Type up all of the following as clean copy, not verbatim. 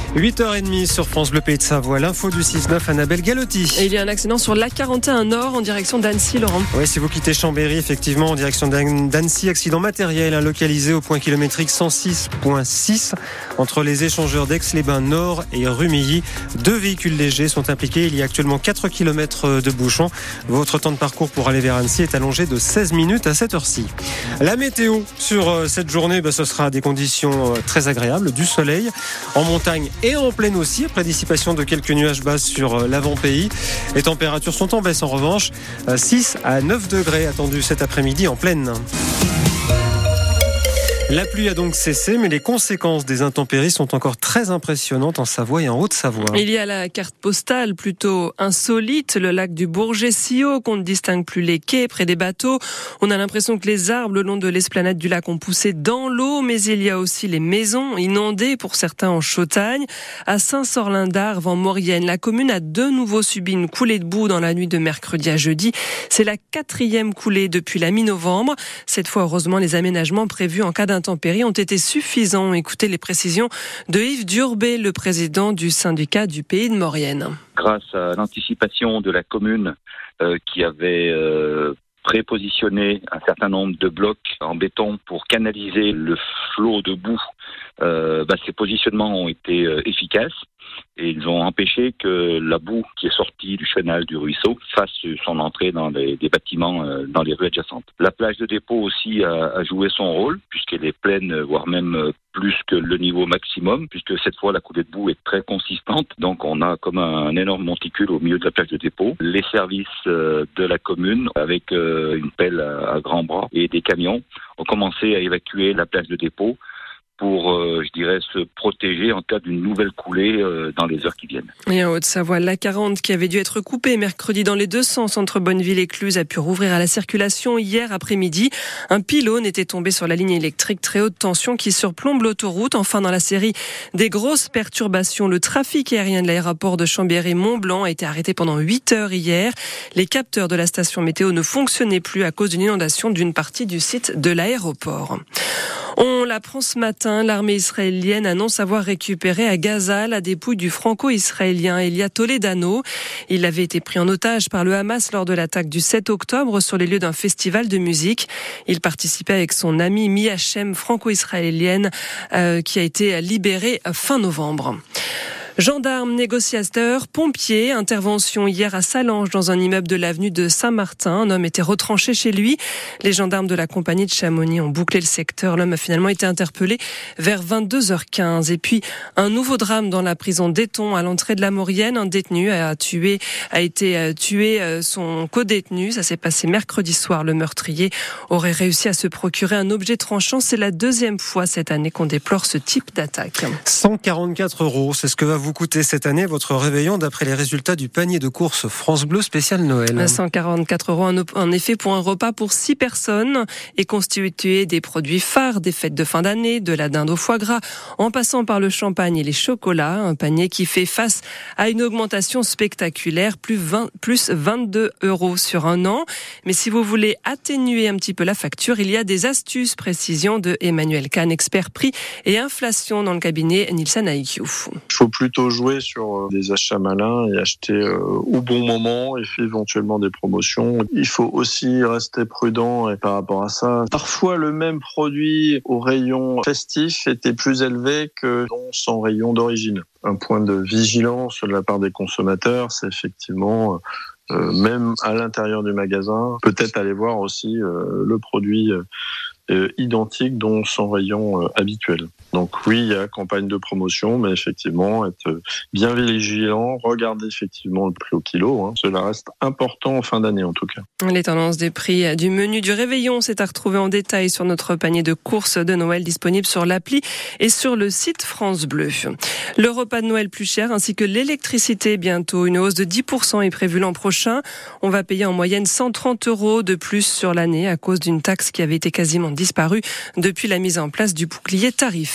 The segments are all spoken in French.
8h30 sur France Bleu Pays de Savoie. L'info du 6-9, Annabelle Galotti. Et il y a un accident sur l'A41 Nord en direction d'Annecy, Laurent. Oui, si vous quittez Chambéry, effectivement, en direction d'Annecy, accident matériel localisé au point kilométrique 106.6 entre les échangeurs d'Aix-les-Bains Nord et Rumilly. 2 véhicules légers sont impliqués. Il y a actuellement 4 km de bouchons. Votre temps de parcours pour aller vers Annecy est allongé de 16 minutes à cette heure-ci. La météo sur cette journée, ce sera des conditions très agréables, du soleil en montagne et en plaine aussi, après dissipation de quelques nuages bas sur l'avant-pays. Les températures sont en baisse en revanche, 6 à 9 degrés attendus cet après-midi en plaine. La pluie a donc cessé, mais les conséquences des intempéries sont encore très impressionnantes en Savoie et en Haute-Savoie. Il y a la carte postale plutôt insolite, le lac du Bourget si haut qu'on ne distingue plus les quais près des bateaux. On a l'impression que les arbres le long de l'esplanade du lac ont poussé dans l'eau, mais il y a aussi les maisons inondées pour certains en Chautagne. À Saint-Sorlin-d'Arves en Maurienne, la commune a de nouveau subi une coulée de boue dans la nuit de mercredi à jeudi. C'est la 4e coulée depuis la mi-novembre. Cette fois, heureusement, les aménagements prévus en cas d'intempéries ont été suffisants. Écoutez les précisions de Yves Durbet, le président du syndicat du Pays de Maurienne. Grâce à l'anticipation de la commune qui avait prépositionné un certain nombre de blocs en béton pour canaliser le flot de boue, ces positionnements ont été efficaces et ils ont empêché que la boue qui est sortie du chenal du ruisseau fasse son entrée dans des bâtiments, dans les rues adjacentes. La plage de dépôt aussi a joué son rôle puisqu'elle est pleine, voire même plus que le niveau maximum, puisque cette fois la coulée de boue est très consistante. Donc on a comme un énorme monticule au milieu de la plage de dépôt. Les services de la commune, avec une pelle à grands bras et des camions, ont commencé à évacuer la plage de dépôt pour, se protéger en cas d'une nouvelle coulée dans les heures qui viennent. Et en Haute-Savoie, l'A40 qui avait dû être coupée mercredi dans les deux sens entre Bonneville et Cluses a pu rouvrir à la circulation hier après-midi. Un pylône était tombé sur la ligne électrique très haute tension qui surplombe l'autoroute. Enfin, dans la série des grosses perturbations, le trafic aérien de l'aéroport de Chambéry-Mont-Blanc a été arrêté pendant 8 heures hier. Les capteurs de la station météo ne fonctionnaient plus à cause d'une inondation d'une partie du site de l'aéroport. On l'apprend ce matin, l'armée israélienne annonce avoir récupéré à Gaza la dépouille du franco-israélien Elia Toledano. Il avait été pris en otage par le Hamas lors de l'attaque du 7 octobre sur les lieux d'un festival de musique. Il participait avec son amie Miachem, franco-israélienne, qui a été libérée fin novembre. Gendarmes, négociateurs, pompiers, intervention hier à Salange dans un immeuble de l'avenue de Saint-Martin. Un homme était retranché chez lui. Les gendarmes de la compagnie de Chamonix ont bouclé le secteur. L'homme a finalement été interpellé vers 22h15. Et puis, un nouveau drame dans la prison d'Éton à l'entrée de la Maurienne. Un détenu a été tué son codétenu. Ça s'est passé mercredi soir. Le meurtrier aurait réussi à se procurer un objet tranchant. C'est la 2e fois cette année qu'on déplore ce type d'attaque. 144 €, c'est ce que va vous coûter cette année votre réveillon d'après les résultats du panier de courses France Bleu spécial Noël. 144 € en effet pour un repas pour 6 personnes et constitué des produits phares des fêtes de fin d'année, de la dinde au foie gras, en passant par le champagne et les chocolats. Un panier qui fait face à une augmentation spectaculaire, plus 22 € sur un an. Mais si vous voulez atténuer un petit peu la facture, il y a des astuces, précision de Emmanuel Kahn, expert prix et inflation dans le cabinet Nielsen IQ. Il faut plutôt jouer sur des achats malins et acheter au bon moment et éventuellement des promotions. Il faut aussi rester prudent par rapport à ça. Parfois, le même produit au rayon festif était plus élevé que dans son rayon d'origine. Un point de vigilance de la part des consommateurs, c'est effectivement même à l'intérieur du magasin, peut-être aller voir aussi le produit identique dans son rayon habituel. Donc oui, il y a campagne de promotion, mais effectivement, être bien vigilant, regarder effectivement le prix au kilo. Cela reste important en fin d'année en tout cas. Les tendances des prix du menu du réveillon, c'est à retrouver en détail sur notre panier de courses de Noël disponible sur l'appli et sur le site France Bleu. Le repas de Noël plus cher ainsi que l'électricité bientôt. Une hausse de 10% est prévue l'an prochain. On va payer en moyenne 130 € de plus sur l'année à cause d'une taxe qui avait été quasiment disparue depuis la mise en place du bouclier tarifaire.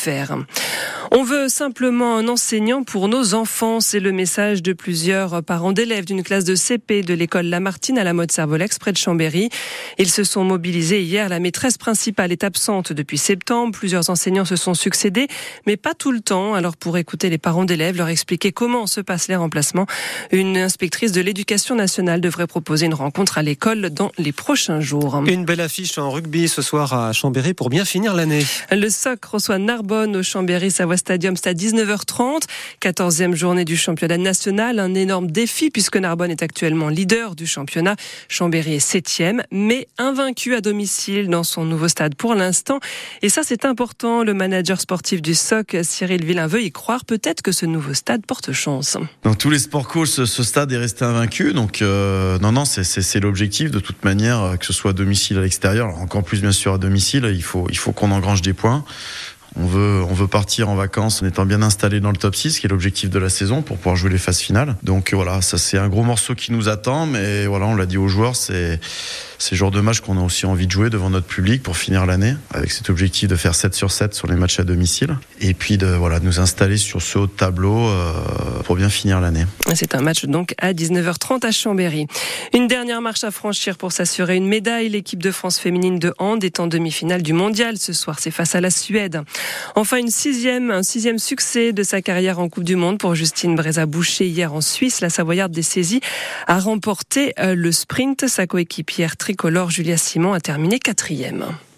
FR. On veut simplement un enseignant pour nos enfants. C'est le message de plusieurs parents d'élèves d'une classe de CP de l'école Lamartine à la Motte-Servolex près de Chambéry. Ils se sont mobilisés hier. La maîtresse principale est absente depuis septembre. Plusieurs enseignants se sont succédés, mais pas tout le temps. Alors pour écouter les parents d'élèves, leur expliquer comment se passent les remplacements, une inspectrice de l'éducation nationale devrait proposer une rencontre à l'école dans les prochains jours. Une belle affiche en rugby ce soir à Chambéry pour bien finir l'année. Le SOC reçoit Narbonne au Chambéry Savoie Stadium, c'est à 19h30. 14e journée du championnat national. Un énorme défi puisque Narbonne est actuellement leader du championnat. Chambéry est 7e, mais invaincu à domicile dans son nouveau stade pour l'instant. Et ça, c'est important. Le manager sportif du SOC, Cyril Villain, veut y croire. Peut-être que ce nouveau stade porte chance. Dans tous les sports co, ce stade est resté invaincu. Donc, non, c'est l'objectif de toute manière, que ce soit à domicile, à l'extérieur. Alors, encore plus, bien sûr, à domicile. Il faut qu'on engrange des points. On veut partir en vacances en étant bien installé dans le top 6, qui est l'objectif de la saison pour pouvoir jouer les phases finales. Donc voilà, ça c'est un gros morceau qui nous attend, mais voilà, on l'a dit aux joueurs, c'est le genre de match qu'on a aussi envie de jouer devant notre public pour finir l'année, avec cet objectif de faire 7 sur 7 sur les matchs à domicile, et puis de nous installer sur ce haut de tableau pour bien finir l'année. C'est un match donc à 19h30 à Chambéry. Une dernière marche à franchir pour s'assurer une médaille. L'équipe de France féminine de hand est en demi-finale du mondial ce soir, c'est face à la Suède. Enfin, un sixième succès de sa carrière en Coupe du Monde pour Justine Brézat-Boucher hier en Suisse. La Savoyarde des saisies a remporté le sprint. Sa coéquipière tricolore Julia Simon a terminé 4e.